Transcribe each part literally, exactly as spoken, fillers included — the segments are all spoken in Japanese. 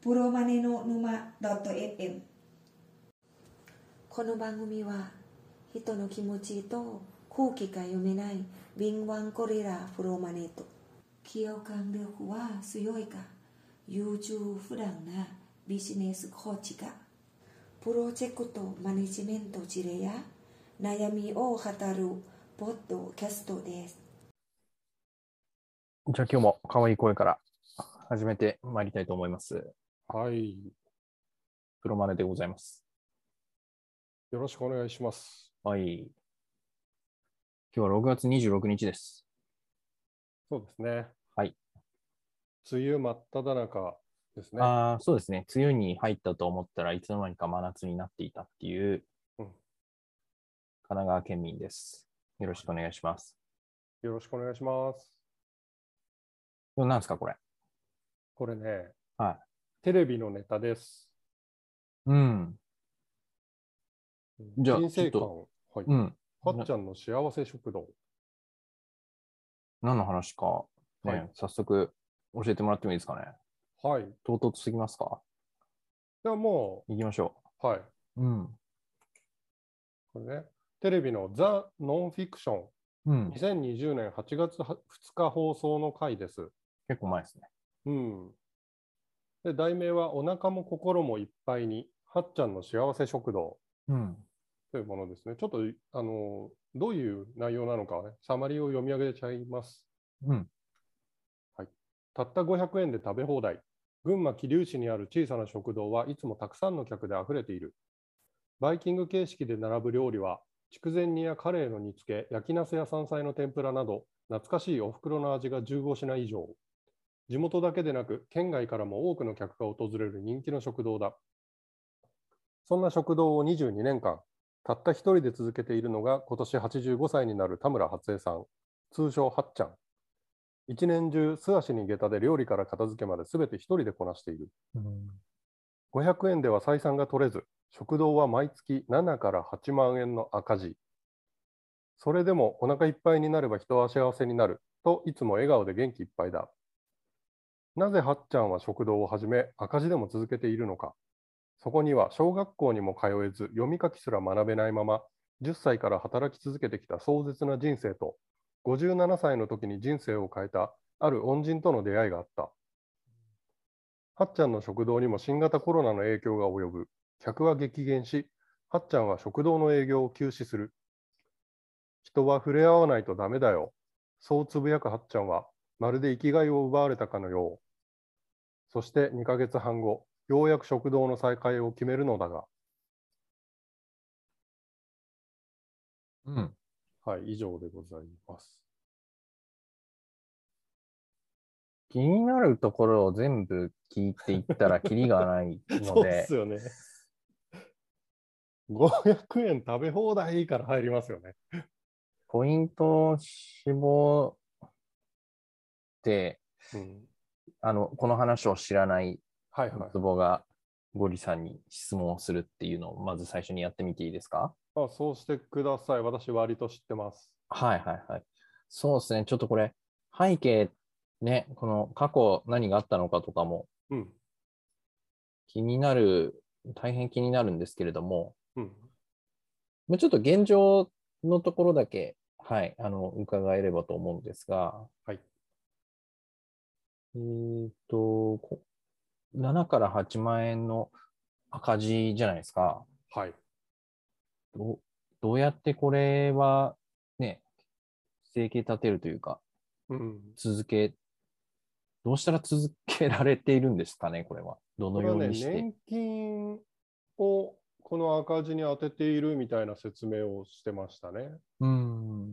プロマネの沼 .fm。 この番組は人の気持ちと空気が読めない敏腕ゴリラプロマネと共感力は強いか優柔不断なビジネスコーチがプロジェクトマネジメント事例や悩みを語るポッドキャストです。 じゃあ今日も可愛い声から始めてまいりたいと思います。 はい。 プロマネでございます。 よろしくお願いします。 はい。今日はろくがつにじゅうろくにちです。 そうですね。 はい。 梅雨真っ只中ですね。 ああ、そうですね。梅雨に入ったと思ったらいつの間にか真夏になっていたっていう、 うん、 神奈川県民です。よろしくお願いします。 よろしくお願いします。 これ何ですか、これ。 これね、 はい。 テレビのネタです。 うん。じゃあ、 人生観、はい。 うん。 はっちゃんの幸せ食堂。 何の話か、ね、 はい、 早速教えてもらってもいいですかね。 はい。 唐突すぎますか？ ではもう、行きましょう、はい。 う。うん。 これね、テレビのザ・ノンフィクション、 うん、 にせんにじゅうねんはちがつふつか放送の回です。 結構前ですね。 うん。で、題名はお腹も心もいっぱいに、はっちゃんの幸せ食堂。 うん。 というものですね。ちょっとあのどういう内容なのか、ね、サマリーを読み上げちゃいます。 うん。 はい、たったごひゃくえんで食べ放題。群馬桐生市にある小さな食堂はいつもたくさんの客であふれている。バイキング形式で並ぶ料理は、筑前煮やカレーの煮付け、焼きナスや山菜の天ぷらなど、懐かしいお袋の味がじゅうごしな以上。地元だけでなく、県外からも多くの客が訪れる人気の食堂だ。そんな食堂をにじゅうにねんかん、たった一人で続けているのが今年はちじゅうごさいになる田村初江さん、通称はっちゃん。一年中素足に下駄で料理から片付けまで全て一人でこなしている。うん、ごひゃくえんでは採算が取れず、食堂は毎月ななからはちまんえんの赤字。それでもお腹いっぱいになれば人は幸せになるといつも笑顔で元気いっぱいだ。なぜはっちゃんは食堂を始め赤字でも続けているのか。そこには小学校にも通えず読み書きすら学べないままじゅっさいから働き続けてきた壮絶な人生とごじゅうななさいの時に人生を変えたある恩人との出会いがあった。はっちゃんの食堂にも新型コロナの影響が及ぶ。客は激減し、はっちゃんは食堂の営業を休止する。人は触れ合わないとダメだよ。そうつぶやくはっちゃんはまるで生きがいを奪われたかのよう。そしてにかげつはんご、ようやく食堂の再開を決めるのだが。 うん。 はい、以上でございます。 気になるところを全部聞いていったらキリがないので。 そうですよね。ごひゃくえん食べ放題から入りますよね。 ポイントを絞って、うん、あのこの話を知らないツボがゴリさんに質問をするっていうのをまず最初にやってみていいですか？ あ、そうしてください。私割と知ってます。 はいはいはい。そうですね。ちょっとこれ背景ね、この過去何があったのかとかも気になる、うん、大変気になるんですけれども、うん、ちょっと現状のところだけ、はい、あの伺えればと思うんですが、 はい、 えっと、ななからはちまん円の赤字じゃないですか。 はい。 ど, どうやってこれはね、生計立てるというか、うん、続け、どうしたら続けられているんですかね、これは。どのようにして。 これはね、年金をこの赤字に当てているみたいな説明をしてましたね。 うん。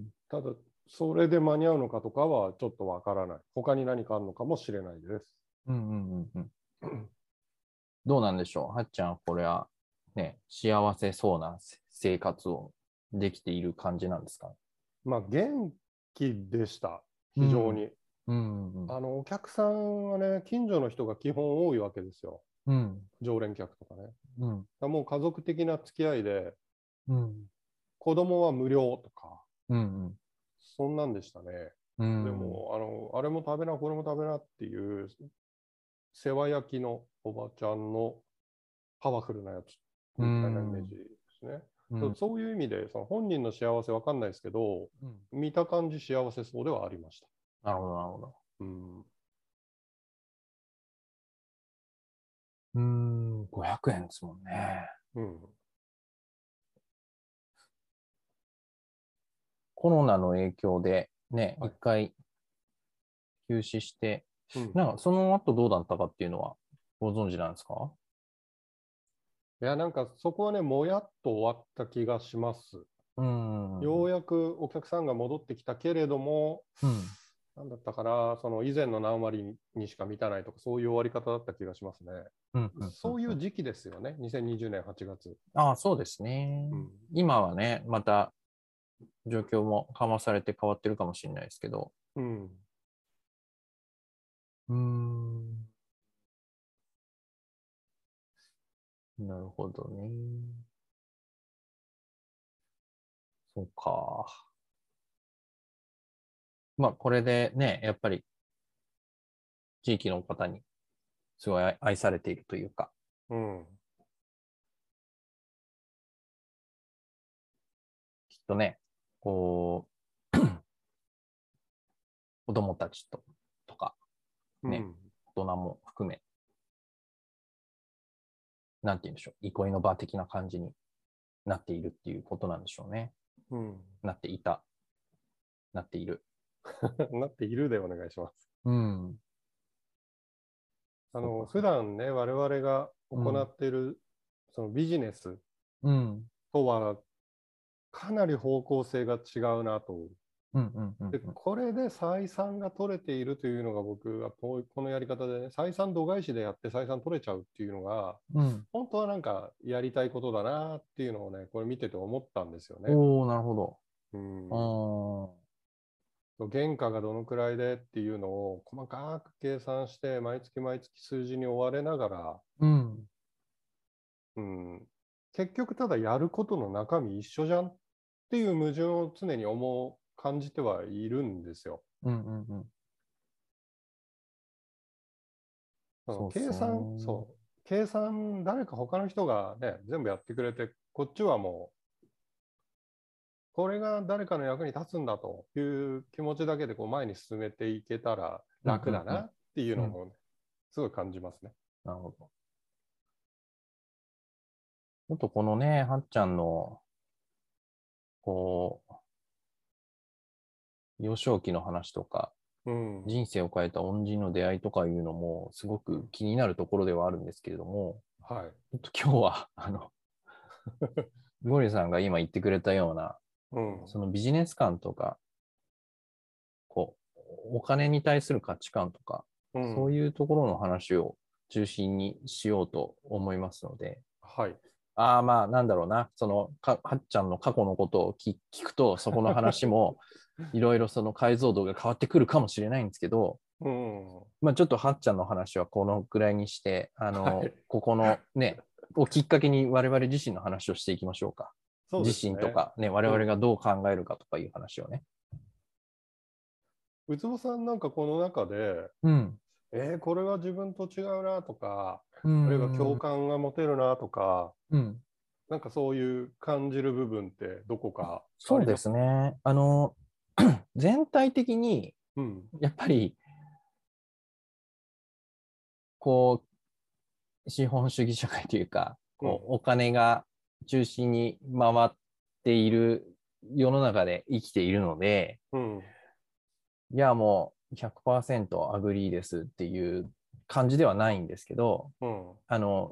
ただ、それで間に合うのかとかはちょっとわからない。他に何かあるのかもしれないです。 うんうんうんうん。どうなんでしょう。はっちゃん、これはね、幸せそうな生活をできている感じなんですか？ まあ、元気でした。非常に。 うんうんうん、 あのお客さんはね、近所の人が基本多いわけですよ。 うん、 常連客とかね。 うん、 もう家族的な付き合いで、 うん、 子供は無料とか、 うんうん、 そんなんでしたね。うん、でもあの、あれも食べな、これも食べなっていう、 世話焼きのおばちゃんのパワフルなやつみたいなイメージですね。うん、そういう意味でその本人の幸せわかんないですけど、うん、見た感じ幸せそうではありました。 なるほどなるほど。 うん、 うーん、ごひゃくえんですもんね。 うん、 コロナの影響でね、一、はい、回休止して、うん、なんかその後どうだったかっていうのはご存知なんですか？ いや、なんかそこはね、もやっと終わった気がします。うん、ようやくお客さんが戻ってきたけれども、うん、なんだったかな、その以前の何割にしか満たないとか、そういう終わり方だった気がしますね。うんうんうんうん、そういう時期ですよね、にせんにじゅうねんはちがつ。 ああ、そうですね。うん、今はね、また状況も緩和されて変わってるかもしれないですけど。うん。うーん。なるほどね。そうか。まあ、これでね、やっぱり、地域の方に、すごい愛されているというか。うん。きっとね、こう、子供たちと、とか、ね、うん、大人も含め、なんて言うんでしょう、憩いの場的な感じになっているっていうことなんでしょうね。うん。なっていた。なっている。 なっているでお願いします。うん。あの、普段ね、我々が行っている、うん、そのビジネスとは、かなり方向性が違うなと。で、これで採算が取れているというのが僕はこのやり方でね、採算度外視でやって採算取れちゃうっていうのが、うん、本当はなんかやりたいことだなっていうのをね、これ見てて思ったんですよね。 おー、なるほど。 うん、原価がどのくらいでっていうのを細かく計算して毎月毎月数字に追われながら、うんうん、結局ただやることの中身一緒じゃんっていう矛盾を常に思う感じてはいるんですよ。うんうんうん、そう計算、そう。計算、誰か他の人がね、全部やってくれて、こっちはもう、これが誰かの役に立つんだという気持ちだけでこう前に進めていけたら楽だなっていうのも、ね、すごい感じますね。 なるほど。ちょっとこのね、はっちゃんの、こう、幼少期の話とか、うん、人生を変えた恩人の出会いとかいうのも、すごく気になるところではあるんですけれども、はい、ちょっと今日は、あの、ゴリさんが今言ってくれたような、うん、そのビジネス観とか、こう、お金に対する価値観とか、うん、そういうところの話を中心にしようと思いますので、はい。ああ、まあ、なんだろうな、その、かはっちゃんの過去のことを聞くと、そこの話も、いろいろその解像度が変わってくるかもしれないんですけど、うん、まあちょっとはっちゃんの話はこのぐらいにして、あの、はい、ここのね、をきっかけに我々自身の話をしていきましょうか。そうですね、自身とかね、我々がどう考えるかとかいう話をね。 ウツボさんなんかこの中で、うん、えー、これは自分と違うなとか、あるいは共感が持てるなとか、うん、なんかそういう感じる部分ってどこかありますか？ そうですね。あの、全体的に、やっぱり、こう、資本主義社会というか、こう、お金が中心に回っている世の中で生きているので、うん、いや、もう ひゃくパーセント アグリーですっていう感じではないんですけど、うん、あの、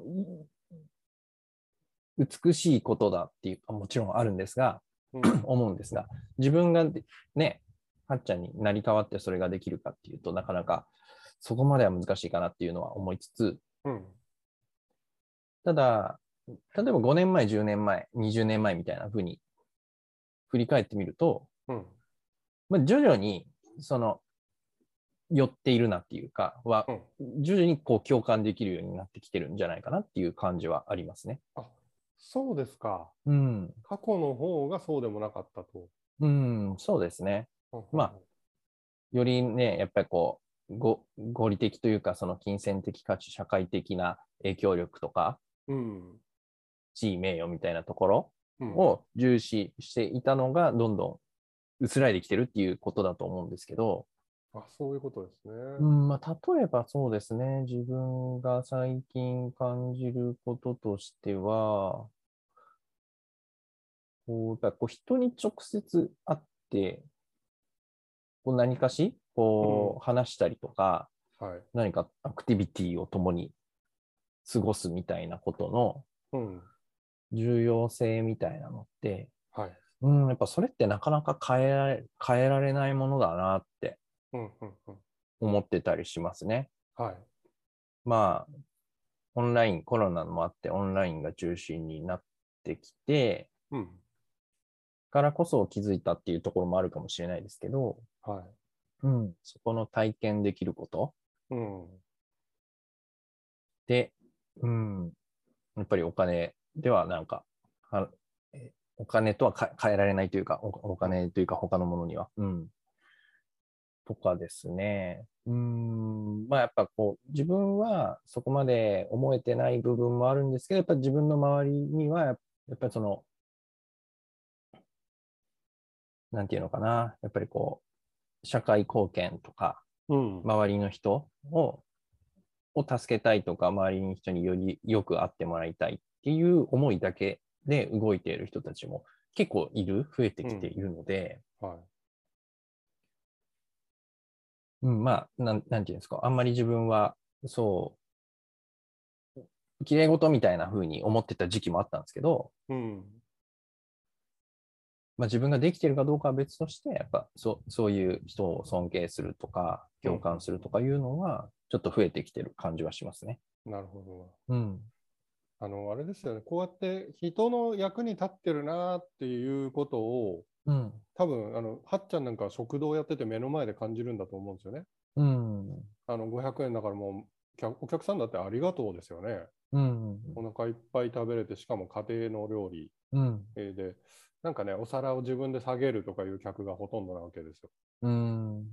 美しいことだっていうかもちろんあるんですが、うん、思うんですが、自分がね、はっちゃんになり変わってそれができるかっていうとなかなかそこまでは難しいかなっていうのは思いつつ、うん、ただ、例えばごねんまえ、じゅうねんまえ、にじゅうねんまえみたいな風に振り返ってみると、うん、まあ、徐々にその寄っているなっていうかは、うん、徐々にこう共感できるようになってきてるんじゃないかなっていう感じはありますね。 あ、そうですか。うん。過去の方がそうでもなかったと。 うん、そうですね。うん、まあ、よりね、やっぱりこご合理的というか、その金銭的かつ社会的な影響力とか、 うん、 地位名誉みたいなところうん、 を重視していたのが、どんどん薄らいできてるっていうことだと思うんですけど、 あ、そういうことですね。 うんまあ、例えばそうですね、自分が最近感じることとしては、こうやっぱこう人に直接会って、こう何かし、 うん、 こう話したりとか、 はい。 何かアクティビティを共に過ごすみたいなことのうん、 重要性みたいなのって、 はい。 うん、やっぱそれってなかなか変えられ、変えられないものだなってうん、うん、うん。 思ってたりしますね。 はい。 まあ、オンライン、コロナもあってオンラインが中心になってきて、 うん、 からこそ気づいたっていうところもあるかもしれないですけど、 はい。 うん、そこの体験できることうん、 で、うん、やっぱりお金ではなんか、はお金とは変えられないというか、お、おうん、 金というか他のものには、うん、とかですね。うん、まあやっぱこう、自分はそこまで思えてない部分もあるんですけど、やっぱ自分の周りには、やっぱりその、なんていうのかな、やっぱりこう、社会貢献とか、 うん、 周りの人を、を助けたいとか、周りの人によりよく会ってもらいたいっていう思いだけで動いている人たちも結構いる、増えてうん、 きているので、 はい。 うん、まあ、なん、なんていうんですか、あんまり自分は、そう、綺麗事みたいな風に思ってた時期もあったんですけど、 うん、 まあ、自分ができているかどうかは別として、やっぱそそういう人を尊敬するとか、 うん、 共感するとかいうのは、ちょっと増えてきてる感じはしますね。 なるほど。 うん。 あの、あれですよね。こうやって人の役に立ってるなっていうことを、 うん。 多分、あの、はっちゃんなんか食堂やってて目の前で感じるんだと思うんですよね。 うん。 あの、ごひゃくえんだからもう、お客さんだってありがとうですよね。 うん。 お腹いっぱい食べれて、しかも家庭の料理うん。 で、なんかね、お皿を自分で下げるとかいう客がほとんどなわけですよ。 うん。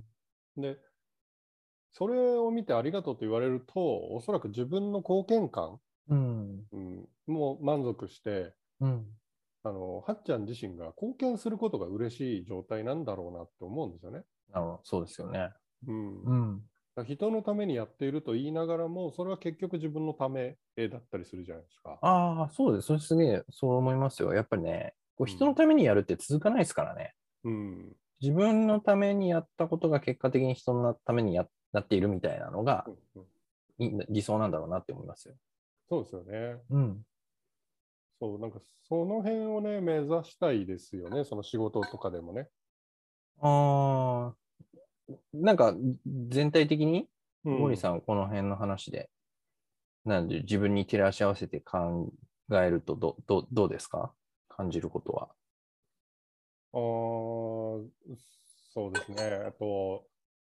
で、それを見てありがとうと言われると、おそらく自分の貢献感、 うん。 うん、もう満足して、 うん。 あの、はっちゃん自身が貢献することが嬉しい状態なんだろうなって思うんですよね。 なるほど、そうですよね。 うん。 うん。 だから人のためにやっていると言いながらも、それは結局自分のためだったりするじゃないですか。 ああ、そうです。それすげえ、そう思いますよ。やっぱりね、こううん。 人のためにやるって続かないですからね。 うん。 自分のためにやったことが結果的に人のためにやなっているみたいなのがうんうん、 い理想なんだろうなって思いますよ。 そうですよね。 うん。 そう、なんかその辺をね、目指したいですよね。その仕事とかでもね。 ああ、なんか全体的に、 うん。 ゴリさん、この辺の話で、なんで自分に照らし合わせて考えるとど、ど、どうですか？感じることは。 あー、そうですね。あと、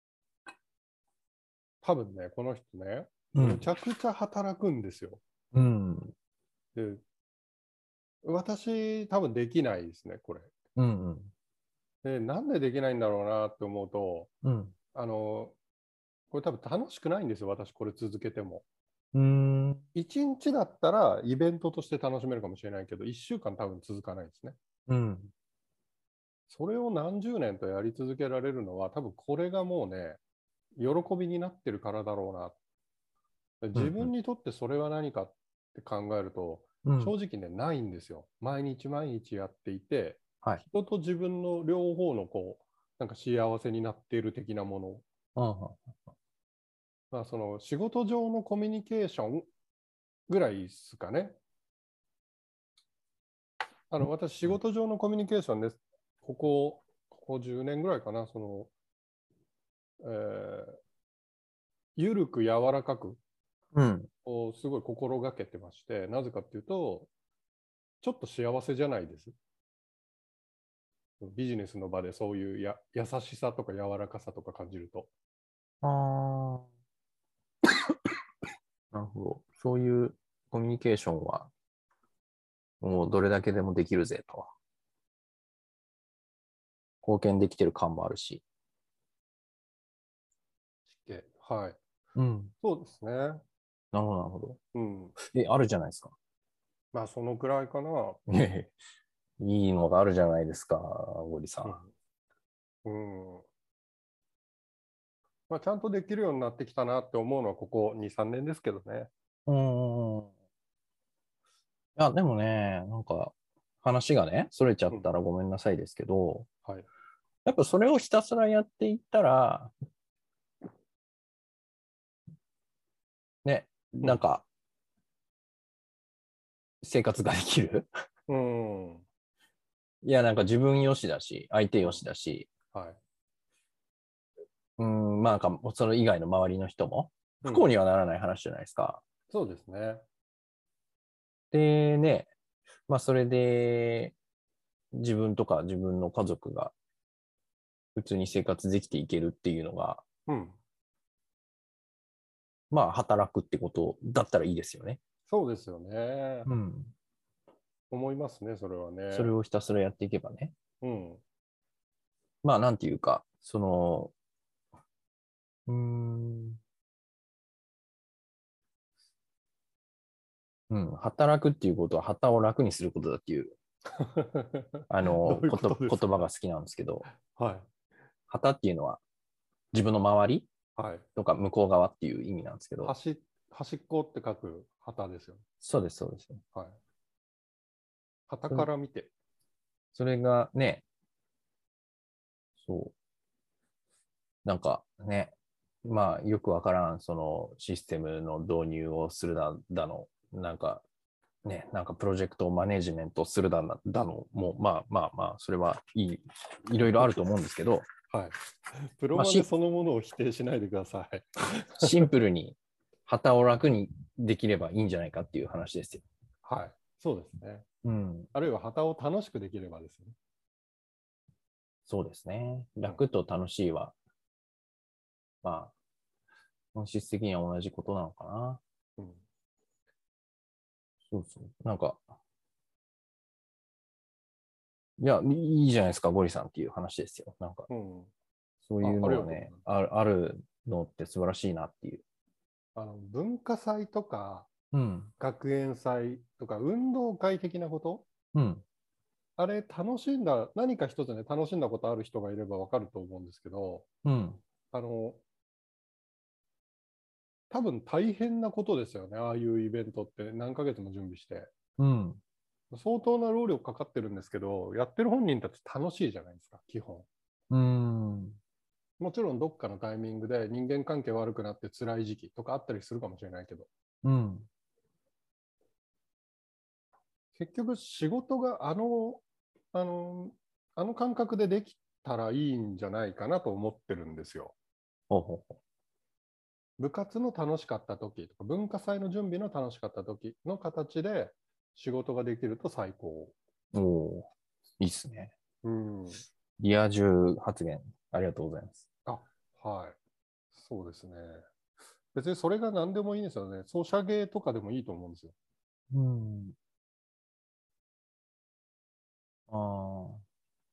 多分ね、この人ね、 うん。 むちゃくちゃ働くんですよ。 うん。 で、私、多分できないですね、これ。 うん。 で、なんでできないんだろうなって思うと、 うん。 あの、これ多分楽しくないんですよ、私、これ続けても。 うん。 いちにちだったらイベントとして楽しめるかもしれないけど、いっしゅうかん多分続かないですね。 うん。 それを何十年とやり続けられるのは、多分これがもうね、喜びになってるからだろうな。自分うん。 にとってそれは何かって考えると、 うん。 正直ね、ないんですよ。毎日毎日やっていて、 はい。 人と自分の両方のこう、なんか幸せになっている的なもの。 ああ、 まあ、その仕事上のコミュニケーションぐらいですかね。あの、私、仕事上のコミュニケーションです。ここ、ここじゅうねんぐらいかな、その、えー、ゆるく柔らかくうん。 をすごい心がけてまして、なぜかっていうと、ちょっと幸せじゃないです。ビジネスの場でそういうや優しさとか柔らかさとか感じると。 ああ、なるほど。そういうコミュニケーションは、もうどれだけでもできるぜと。貢献できてる感もあるし。 はい。 うん。 そうですね。 なるほど、なるほど。 うん。 え、あるじゃないですか。 まあ、そのくらいかな。 いいのがあるじゃないですか、ゴリさん。うん。うん、まあ、ちゃんとできるようになってきたなって思うのは、ここに、さんねんですけどね。 ん。うん。いや、でもね、なんか、話がね、それちゃうん。 ったらごめんなさいですけど、 はい。 やっぱそれをひたすらやっていったら、ね、 うん。 なんか、生活ができる。 うん。うん。 いや、なんか自分よしだし、相手よしだし、 はい。 うん、まあ、なんか、それ以外の周りの人も不幸うん。 にはならない話じゃないですか。 そうですね。 でね、まあ、それで、自分とか自分の家族が普通に生活できていけるっていうのが、 うん。 まあ、働くってことだったらいいですよね。 そうですよね。 うん。 思いますね、それはそれね。 をひたすらやっていけばね。 うん。 まあ、なんていうか、その、うーん、うん、働くっていうことは、旗を楽にすることだっていう、あの、 どういうここと、 とですか？ 言葉が好きなんですけど、 はい。 旗っていうのは自分の周りはい。 とか向こう側っていう意味なんですけど、 端、端っこって書く旗ですよね。 そうです、そうです。 はい。旗それ、 から見て。 それがね、そう、なんかね、まあ、よくわからん、そのシステムの導入をするだ、だの、なんかね、なんかプロジェクトをマネジメントするだの、だのもう、まあまあまあ、それはいい、いろいろあると思うんですけど、 はい。プロまあ、しマネそのものを否定しないでください。 シンプルに旗を楽にできればいいんじゃないかっていう話ですよ。 はい。そうですね。 うん、 あるいは旗を楽しくできればですね。 そうですね。 うん。 楽と楽しいは、まあ、本質的には同じことなのかな。 うん。 そうそう。なんか、いや、いいじゃないですか、ゴリさんっていう話ですよ。なんか、 うん。 そういうあ、ありのはね、 がとうございます。 ある、あるのって素晴らしいなっていう。 あの、文化祭とか、 うん。 学園祭とか、運動会的なこと、 うん。 あれ、楽しんだ、何か一つね、楽しんだことある人がいればわかると思うんですけど、 うん。 あの、多分大変なことですよね、ああいうイベントって何ヶ月も準備して。 うん。 相当な労力かかってるんですけど、やってる本人たち楽しいじゃないですか、基本。 うん。 もちろんどっかのタイミングで人間関係悪くなって辛い時期とかあったりするかもしれないけど、 うん。 結局仕事があの、あの、あの感覚でできたらいいんじゃないかなと思ってるんですよ。 ほうほうほ部活の楽しかった時とか、文化祭の準備の楽しかった時の形で仕事ができると最高。 う。おー、いいっすね。 うん。 リア充発言、ありがとうございます。 あ、はい。そうですね。別にそれが何でもいいんですよね。ソシャゲとかでもいいと思うんですよ。 うん。ああ。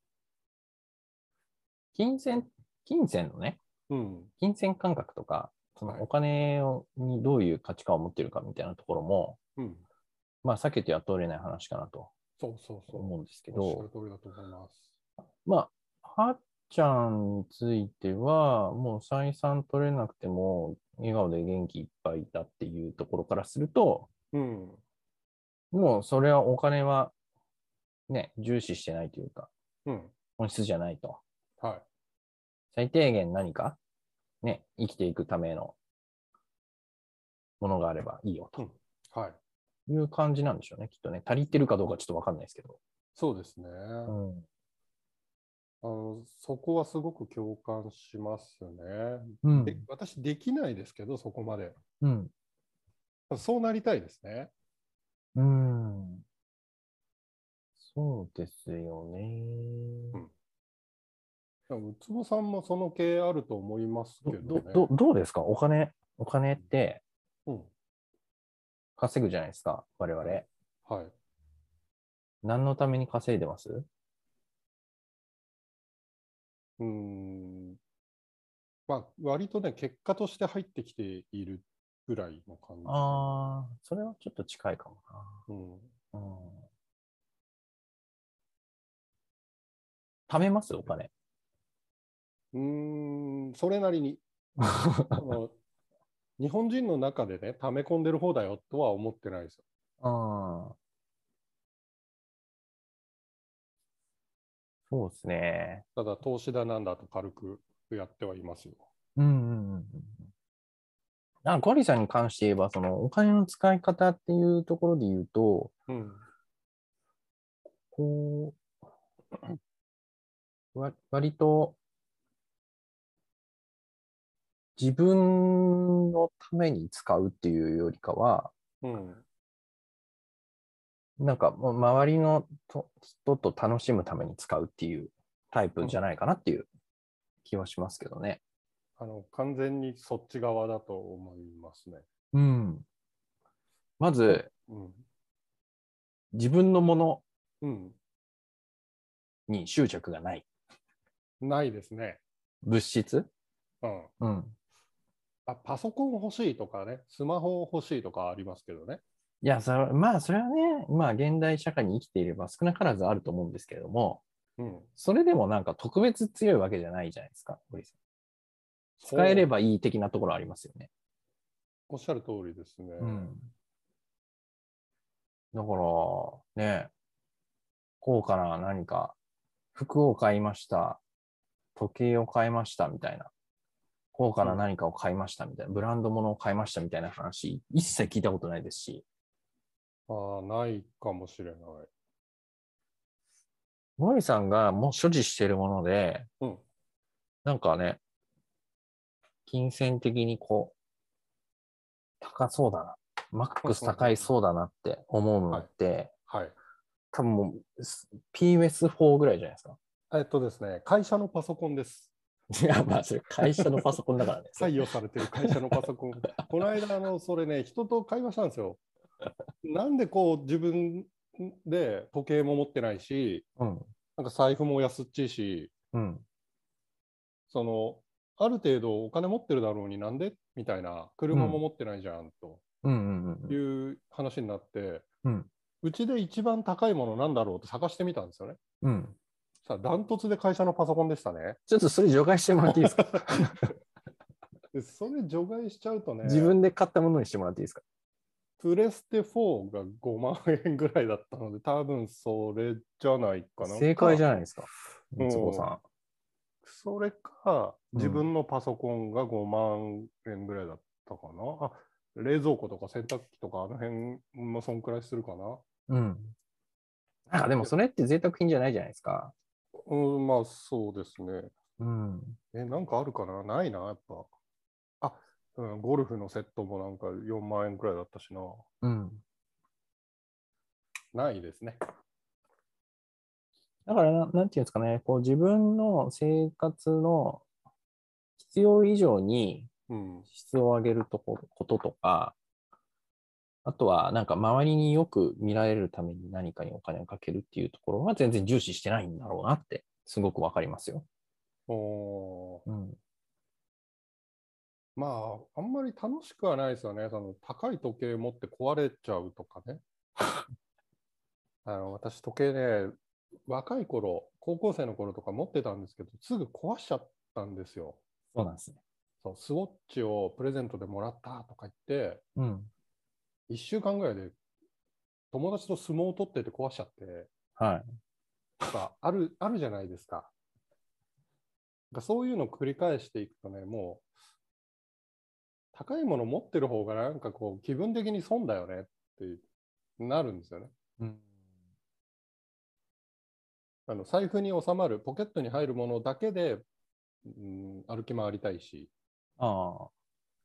金銭、金銭のね、 うん。 金銭感覚とか、そのおはい。 金をにどういう価値観を持っているかみたいなところも、 うん。 まあ避けては通れない話かなとそうそうそ思うんですけう。おっしゃるど、 通りだと思います。 まあ、はっちゃんについては、もう採算取れなくても、笑顔で元気いっぱいだっていうところからすると、 うん。 もうそれはお金はね、重視してないというか、 うん。 本質じゃないと。 は最低限何かね、生きていくためのものがあればいいよい。うとん。はい。 いう感じなんでしょうね、きっとね。足りてるかどうかちょっとわかんないですけど。 そうですね。 うん。 あの、そこはすごく共感しますね。で、 うん。 私できないですけど、そこまで。 うん。 そうなりたいですね。 うん。そうですよね。 うん。でも、ウツボさんもその系あると思いますど、ど、 けどね。 どどうですかお金、お金ってうん。 稼ぐじゃないですか、我々。 はい。はい。 何のために稼いでます？ うーん。 まあ、割とね、結果として入ってきているぐらいの感じ。 ああ、それはちょっと近いかもな。 うん。 うん、貯めますお金。 うーん、それなりに。その日本人の中でね、溜め込んでる方だよとは思ってないですよ。 ああ、そうですね。 ただ、投資だなんだと軽くやってはいますよ。 うんうんうんうん。あ、ゴリさんに関して言えば、そのお金の使い方っていうところで言うと、 うん。 こう、わ割と自分のために使うっていうよりかは、 うん。 なんかもう周りのと人と楽しむために使うっていうタイプじゃうん、 ないかなっていう気はしますけどね。 あの完全にそっち側だと思いますね。 うん。まず、 うん。 自分のものうん。 に執着がない。 ないですね。 物質。 うん。 うん。 あ、パソコン欲しいとかね、スマホ欲しいとかありますけどね。 いや、それまあ、それはね、まあ、現代社会に生きていれば少なからずあると思うんですけれども、 うん。 それでもなんか特別強いわけじゃないじゃないですか、堀さん。使えそう、 ればいい的なところありますよね。 おっしゃる通りですね。 うん。だからね、高価な何か、服を買いました、時計を買いましたみたいな、高価な何かを買いましたみたいな、ブランド物を買いましたみたいな話、一切聞いたことないですし、 うん、ああ、ないかもしれない。 森さんがもう所持しているもので、 うん。 なんかね、金銭的にこう、高そうだな、マックス高いそうだなって思うのはい。 って、 はい。 多分もう ピーエスフォー ぐらいじゃないですか。 えっとですね、会社のパソコンです。 いや、まあ、それ会社のパソコンだからね。 採用されてる会社のパソコン。この間、あの、それね、人と会話したんですよ。なんでこう、自分で時計も持ってないし、 うん。 なんか財布も安っちいし、 うん。 その、ある程度お金持ってるだろうになんでみたいな、車も持ってないじゃんとうんうんうんいう話になって、 うん。 うちで一番高いものなんだろうって探してみたんですよね。 うん。 さあ、ダントツで会社のパソコンでしたね。 ちょっとそれ除外してもらっていいですか？ でそれ除外しちゃうとね、 自分で買ったものにしてもらっていいですか？ プレステフォーがごまん円ぐらいだったので、多分それじゃないかな。 正解じか、 ゃないですか。三つ子さん。 それか、自うん。 分のパソコンがごまん円ぐらいだったかな。あ、冷蔵庫とか洗濯機とかあの辺もそんくらいするかな。 うん。なんかでもそれって贅沢品じゃないじゃないですか。 うん、まあそうですね。 うん。 え、なんかあるかな、ないな、やっぱ。あ、うん、ゴルフのセットもなんかよんまん円くらいだったしな。 うん。 ないですね。 だからな、なんていうんですかね、こう自分の生活の必要以上にうん。 質を上げるところ、こととか、あとはなんか周りによく見られるために何かにお金をかけるっていうところは全然重視してないんだろうなってすごくわかりますよ。 おー、 うん。 まあ、あんまり楽しくはないですよね。その高い時計持って壊れちゃうとかね。あの私、時計ね、若い頃、高校生の頃とか持ってたんですけど、すぐ壊しちゃったんですよ。 そうなんですね。 そう、スウォッチをプレゼントでもらったとか言って、 うん。 いっしゅうかんぐらいで友達と相撲を取ってて壊しちゃって、 はい。 とかある、あるじゃないですか。なんかそういうのを繰り返していくとね、もう高いもの持ってる方がなんかこう気分的に損だよねってなるんですよね。 うん。 あの財布に収まる、ポケットに入るものだけで、うん、歩き回りたいしああ。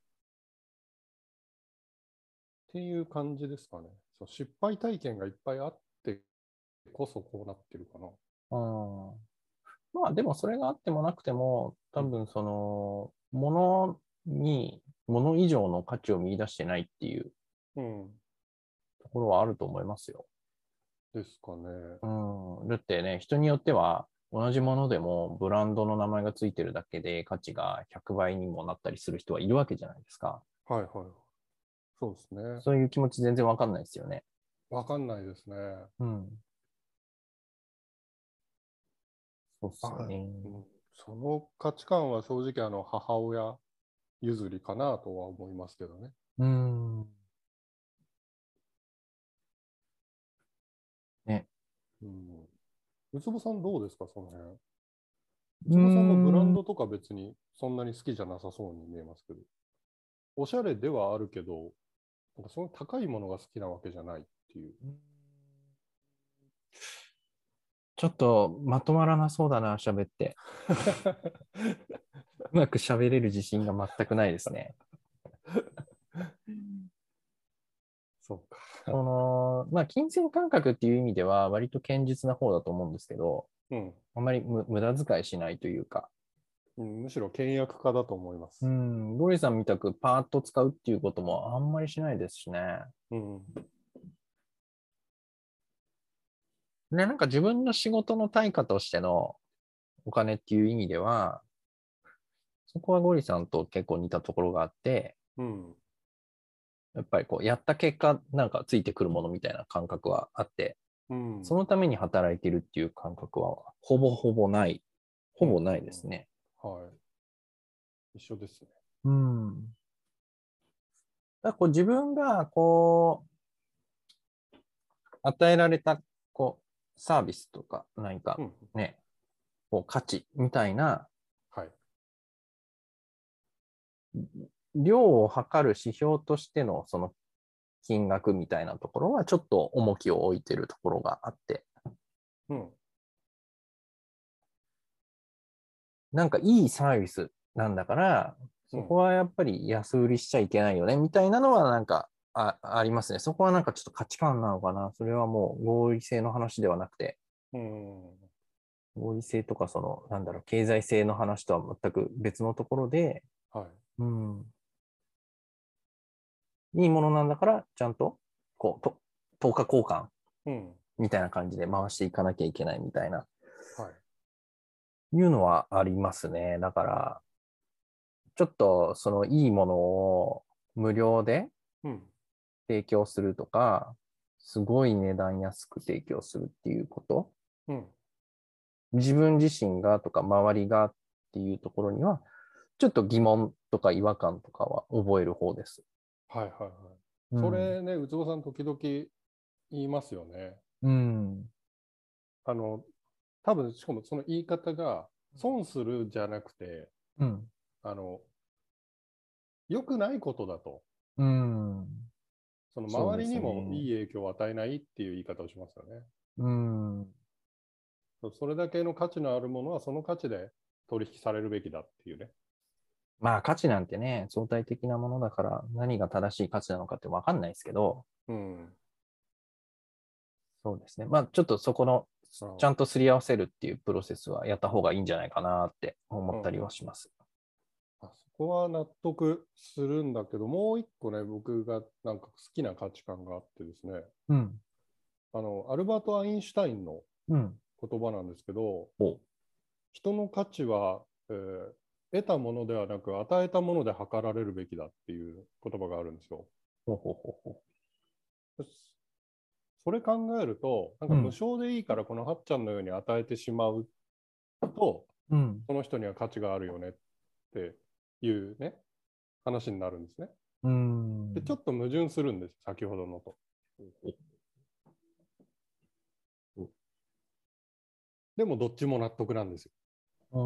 っていう感じですかね。そう、失敗体験がいっぱいあってこそこうなってるかな。 ああ。まあでもそれがあってもなくても、多分その、ものに、もの以上の価値を見出してないっていううん、うん、 ところはあると思いますよ。 ですかね。 うん。だってね、人によっては、 同じものでもブランドの名前がついてるだけで価値がひゃくばいにもなったりする人はいるわけじゃないですか。 はいはい。そうですね。 そういう気持ち全然わかんないですよね。 わかんないですね。 うん。そうっすよね。 うん、その価値観は正直あの母親譲りかなとは思いますけどね。 うん。ね。 うん。ウツボさんどうですか、その辺。ウうツボさんもブランん。 ドとか別にそんなに好きじゃなさそうに見えますけど、おしゃれではあるけど、なんかその高いものが好きなわけじゃないっていう。 ちょっとまとまらなそうだな、喋って。うまく喋れる自信が全くないですね。 そうか。 その、まあ、金銭感覚っていう意味では、割と堅実な方だと思うんですけど、 うん。 あまり無無駄遣いしないというか、 うん、むしろ倹約家だと思います。 うん、ロリさんみたくパーッと使うっていうこともあんまりしないですしね。 うん。 ね、なんか自分の仕事の対価としてのお金っていう意味では、そこはゴリさんと結構似たところがあって、 うん。 やっぱりこう、やった結果、なんかついてくるものみたいな感覚はあって、 うん。 そのために働いてるっていう感覚は、ほぼほぼない、ほぼないうんうんですね。 うん、はい。一緒ですね。 うん。だからこう自分がこう、与えられたこうサービスとか何かうん。 ね、こう価値みたいなはい。 量を測る指標としてのその金額みたいなところはちょっと重きを置いてるところがあって、 うん。 なんかいいサービスなんだから、そこはやっぱり安売りしちゃいけないよねみたいなのはなんか あ, ありますね。そこはなんかちょっと価値観なのかな。それはもう合理性の話ではなくて、 うん。 合理性とかその、なんだろう、経済性の話とは全く別のところで、 はい。 うん、いいものなんだから、ちゃんと、こう、と、等価交換うん。 みたいな感じで回していかなきゃいけないみたいな、 はい。 いうのはありますね。だから、ちょっとそのいいものを無料でうん。 提供するとか、すごい値段安く提供するっていうこと、 うん。 自分自身がとか周りがっていうところには、ちょっと疑問とか違和感とかは覚える方です。 はいはいはい。 うん。 それね、ウツボさん時々言いますよね。 うん。 あの、多分しかもその言い方が損するじゃなくて、 うん。 あの、良くないことだと。 うん。 そのそうで周りにもすね。 いい影響を与えないっていう言い方をしますよね。 うん。 それだけの価値のあるものはその価値で取引されるべきだっていうね。 まあ価値なんてね、相対的なものだから何が正しい価値なのかってわかんないですけど、 うん。 そうですね。まあちょっとそこのなるほちゃんとすり合わせるっていうプロセスはやった方がいいんじゃないかなって思ど。 ったりうん。 はします。 あそこは納得するんだけど、もう一個ね、僕がなんか好きな価値観があってですね、 うん。 あの、アルバート・アインシュタインのうん。 言葉なんですけど、 お人の価値は、えー得たものではなく与えたもので測られるべきだっていう言葉があるんですよ。 ほうほうほうほそれ考えると、なんう。 か無うん。 償でいいからこのはっちゃんのように与えてしまうと、 うん。 その人には価値があるよねっていうね、話になるんですね。 うで、ちょん。 っと矛盾するんです、先ほどのと。でもどっちも納得なんですよ。 うん。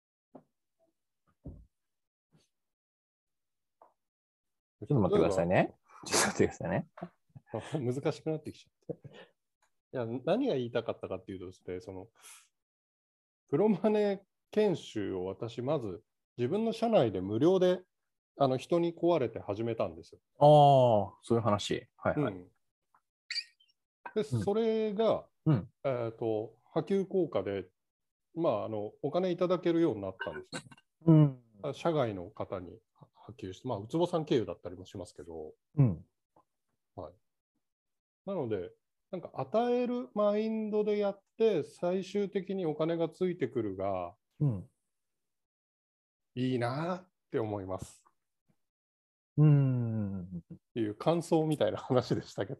ちょっと待ってください例ね。ちょっと待ってくださいね。 えば、難しくなってきちゃって。いや、何が言いたかったかっていうとですね、その、プロマネ研修を私、まず自分の社内で無料であの人に壊れて始めたんですよ。 ああ、そういう話。はいはい。 うん。で、 うん。 それが、 うん。 えーと、波及効果で、まあ、あの、お金いただけるようになったんですね。 うん。 社外の方に波及して、まあ、ウツボさん経由だったりもしますけど、 うん。 はい。なので、 なんか与えるマインドでやって最終的にお金がついてくるが、 うん、 いいなって思います。 うん。 っていう感想みたいな話でしたけど。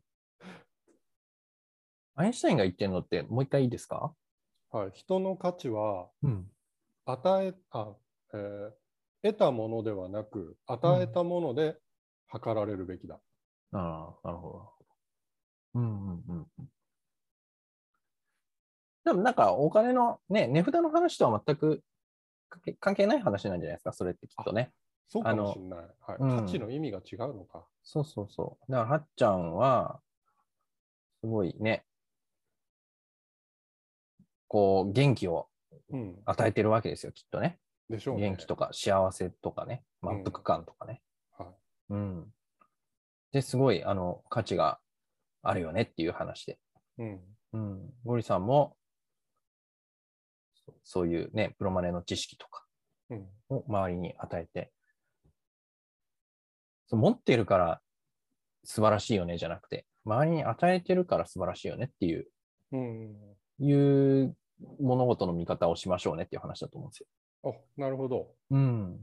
アインシュタインが言ってるのってもう一回いいですか？ はい、人の価値はうん。 与え、あ、えー得たものではなく、与えたもので測られるべきだ。 うん、ああ、なるほど。うんうんうん。でもなんかお金のね、値札の話とは全く関係ない話なんじゃないですか、それってきっとね。 そうかもしあの、 れない。はい、 うん、 価値の意味が違うのか。 そうそうそう。だから、はっちゃんは、すごいね、こう、元気をうん。 与えてるわけですよ、きっとね。 でしょうね。 元気とか幸せとかね、 うん。 満腹感とかね。 はい。 うん。で、すごい、あの、価値があるよねっていう話で。 うん。 うん。ゴリさんも、そういうね、プロマネの知識とかうん。 を周りに与えて、そう持ってるから素晴らしいよねじゃなくて、周りに与えてるから素晴らしいよねっていう、 うん。 いう物事の見方をしましょうねっていう話だと思うんですよ。 あ、なるほど。 うん。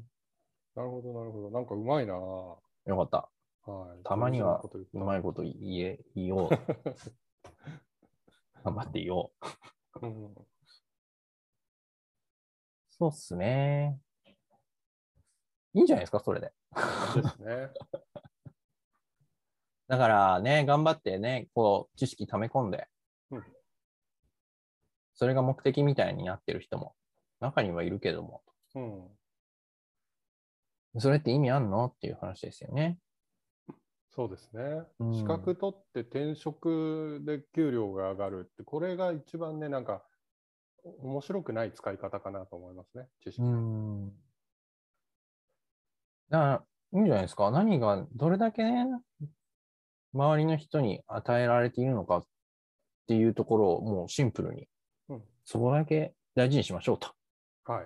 なるほど、なるほど。なんかうまいな。はよかった。 い。上手なたまにはこと言った。 うまいこと言え、言おう。頑張って言おう。 うん。 そうっすね。いいんじゃないですか、それで。 ですね。 だからね、頑張ってね、こう、知識溜め込んで、 うん。 それが目的みたいになってる人も中にはいるけども、 うん。 それって意味あんのっていう話ですよね。 そうですね。 うん。 資格取って転職で給料が上がるって、これが一番ね、なんか面白くない使い方かなと思いますね、知う識の。 ん。だから、いいんじゃないですか。何が、どれだけね、周りの人に与えられているのかっていうところをもうシンプルに、 うん。 そこだけ大事にしましょうとはい。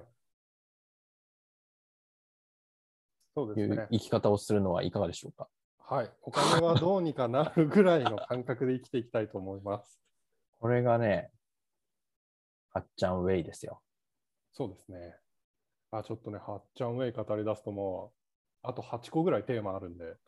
そうですね。 いう生き方をするのはいかがでしょうか。 はい。お金はどうにかなるぐらいの感覚で生きていきたいと思います。 これがね、はっちゃんウェイですよ。 そうですね。あ、ちょっとね、はっちゃんウェイ語り出すともう、あとはちこぐらいテーマあるんで。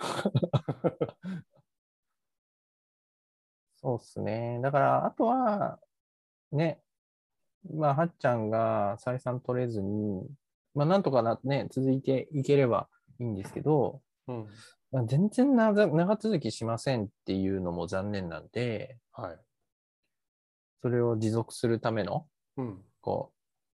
そうですね。だから、あとは、ね、まあ、はっちゃんが採算取れずに、まあ、なんとかな、ね、続いていければいいんですけど、 うん。 まあ、全然長長続きしませんっていうのも残念なんで、 はい。 それを持続するための、 うん。 こ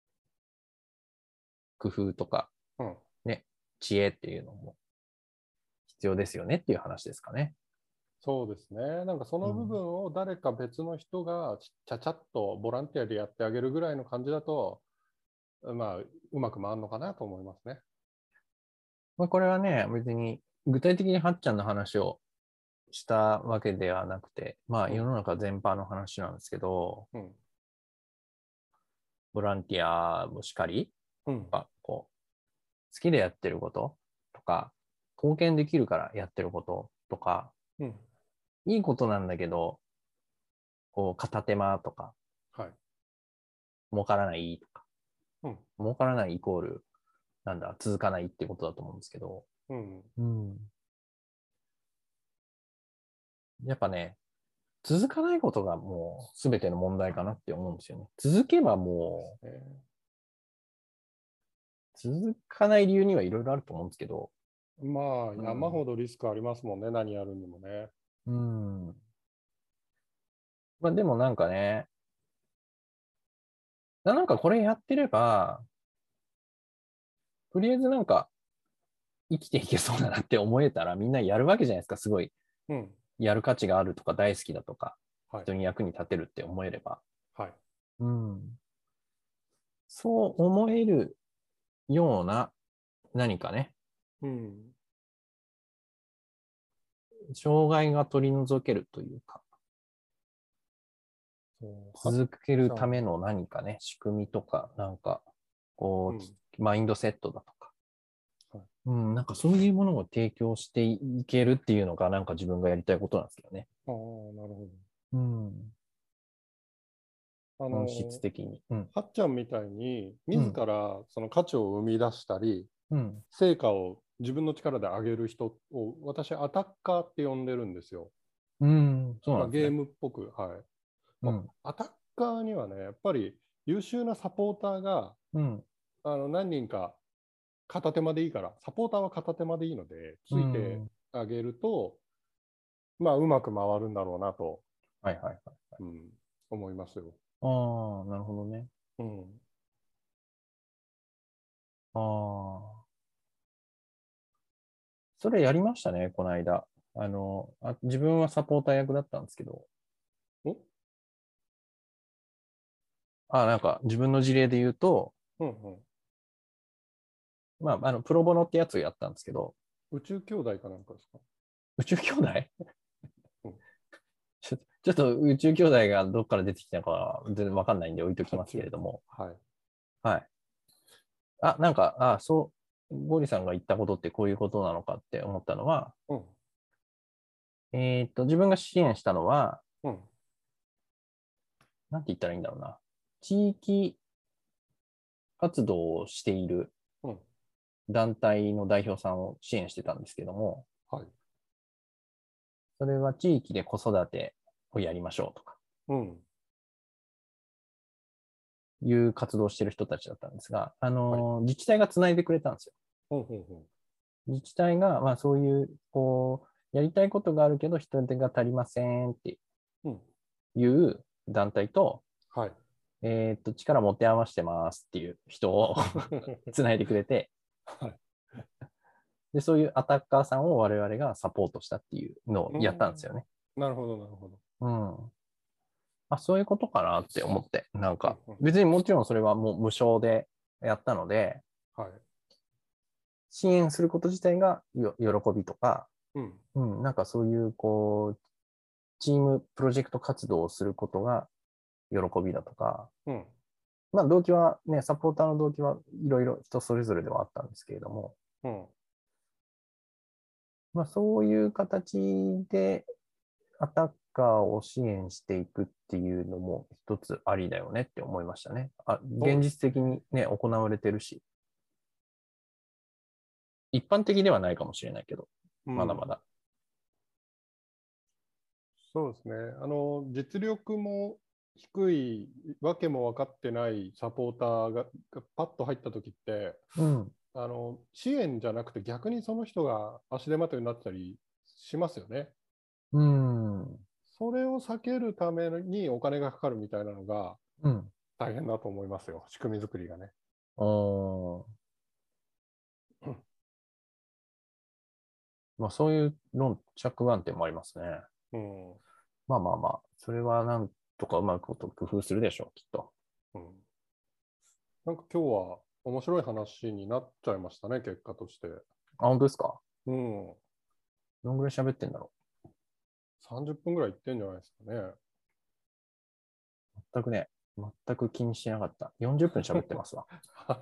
う、工夫とか、 うん。 ね、知恵っていうのも必要ですよねっていう話ですかね。 そうですね。なんかその部うん。 分を誰か別の人がちちゃちゃっとボランティアでやってあげるぐらいの感じだと、まあ、うまく回るのかなと思いますね。 まあ、これはね、別に具体的にはっちゃんの話をしたわけではなくて、まあうん。 世の中全般の話なんですけど、 うん。 ボランティアもしかり、 うん。 こう、好きでやってることとか、貢献できるからやってることとか、 うん。 いいことなんだけど、こう、片手間とか、 はい。 儲からないとか、 うん。 儲からないイコール、なんだ、続かないってことだと思うんですけど、 うん。 うん。やっぱね、続かないことがもう全ての問題かなって思うんですよね。続けばもう、 えー続かない理由にはいろいろあると思うんですけど、 まあ、 うん。 山ほどリスクありますもんね、何やるにもね。 うん。まあでもなんかね、なんかこれやってれば、とりあえずなんか生きていけそうだなって思えたらみんなやるわけじゃないですか。すごいうん。 やる価値があるとか大好きだとか、 はい。 人に役に立てるって思えれば。 はい。 うん。そう思えるような何かね、 うん。 障害が取り除けるというか、 そう、はっ続けるちゃん。 ための何かね、仕組みとか、なんか、こうん。 う、マインドセットだとか、 はい。 うん、なんかそういうものを提供していけるっていうのが、なんか自分がやりたいことなんですけどね。 ああ、なるほど。 うん。 あの、 本質的に。うん。 はっちゃんみたいに、自らその価値を生み出したり、 うん。 成果を自分の力で上げる人を、私、アタッカーって呼んでるんですよ。 うん、そうまあ、 なんですね。 ゲームっぽく。はい。まうん。 あ、アタッカーにはね、やっぱり優秀なサポーターがうん。 あの何人か片手間でいいから、サポーターは片手間でいいので、 うついてん。 あげると、まあ、うまく回るんだろうなと、 はいはいはい。 うん、思いますよ。 ああ、なるほどね。 うん。 ああ。それやりましたね、この間。あの、あ、自分はサポーター役だったんですけど、 おあ、なんか自分の事例で言うと、 うんうん。 まあ、あの、プロボノってやつをやったんですけど、 宇宙兄弟かなんかですか？ 宇宙兄弟うん。 ちょ、ちょっと宇宙兄弟がどっから出てきたのか全然わかんないんで置いときますタッチが。 けれども、 はい。 はい。あ、なんか、あ、そう、ゴリさんが言ったことってこういうことなのかって思ったのは、 うん。 えーっと、自分が支援したのは、 うん。 なんて言ったらいいんだろうな。地域活動をしているうん。 団体の代表さんを支援してたんですけども、 はい。 それは地域で子育てをやりましょうとかうん。 いう活動をしている人たちだったんですが、あはい。 の、自治体がつないでくれたんですよ。 うんうんうん。 自治体が、まあそういう、こう、やりたいことがあるけど人手が足りませんってうん。 いう団体と、 はい。 えっと、力持て余してますっていう人をつないでくれて、 はい。 で、そういうアタッカーさんを我々がサポートしたっていうのをうやったんですん。 よね。 なるほど、なるほど。 うん。あ、そういうことかなって思って、なんか、 うんうん。 別にもちろんそれはもう無償でやったので、 はい。 支援すること自体がよ喜びとか、 うん。 うん、なんかそういう、こう、チームプロジェクト活動をすることが喜びだとか、 うん。 まあ動機はね、サポーターの動機はいろいろ人それぞれではあったんですけれども、 うん。 まあそういう形でアタッカーを支援していくっていうのも一つありだよねって思いましたね。あ、現実そうです。 的にね、行われてるし、一般的ではないかもしれないけど、 うん。 まだまだ。 そうですね。あの、実力も低いわけも分かってないサポーターが、がパッと入った時って、 うん。 あの、支援じゃなくて逆にその人が足手まといになったりしますよね。 うん。 それを避けるためにお金がかかるみたいなのがうん。 大変だと思いますよ。仕組み作りがね。 おー、まあそういう論着眼点もありますね。 うん。 まあまあまあ、それはなんとかうまくこと工夫するでしょう、きっと。 うん。なんか今日は面白い話になっちゃいましたね、結果として。 あ、本当ですか？ うん。 どんぐらい喋ってんだろさんじゅっぷんぐらいいってんじゃないですかね。 う。全くね、全く気にしてなかった。よんじゅっぷん喋ってますわ。 はい。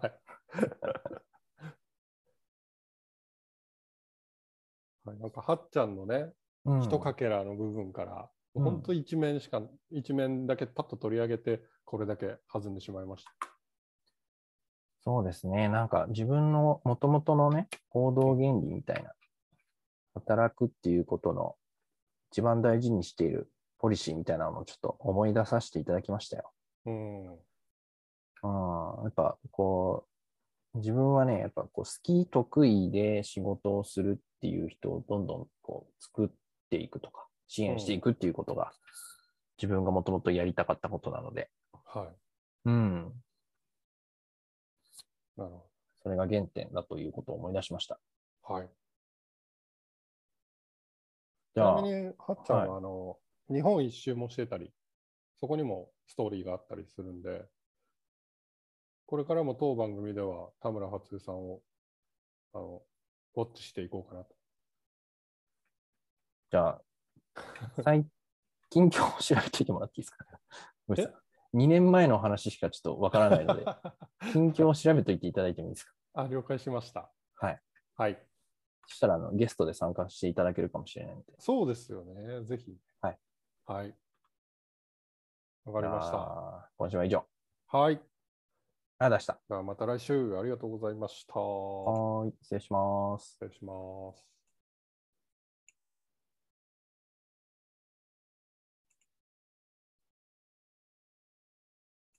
はい、なんか、はっちゃんのね、 うん。 一かけらの部分から、 うん。 本当一面しか、一面だけパッと取り上げて、これだけ弾んでしまいました。 そうですね。なんか自分の元々のね、行動原理みたいな、働くっていうことの一番大事にしているポリシーみたいなのをちょっと思い出させていただきましたよ。 うん。 うん、やっぱこう、自分はね、やっぱこう好き得意で仕事をするっていう人をどんどんこう作っていくとか、支援していうん。 くっていうことが自分がもともとやりたかったことなので、 はうん、 い。なるほそれが原点だということを思い出しました。 ど。はい。 じゃあ、 ちなみに、はっちゃんはい。 は、あの、日本一周もしてたり、そこにもストーリーがあったりするんで、これからも当番組では田村初江さんを、あの、ウォッチしていこうかなと。 じゃあ、最近況を調べておいてもらっていいですか？ごめんなえさい。にねんまえの話しかちょっとわからないので、近況を調べておいていただいてもいいですか？ あ、了解しました。 はい。 はい。 そしたらあのゲストで参加していただけるかもしれないので。 そうですよね。ぜひ。 はい。 はい。 わかりました。 今週は以上。 はい。ありがとうございました。 また来週ありがとうございました。 はい、失礼します。 失礼します。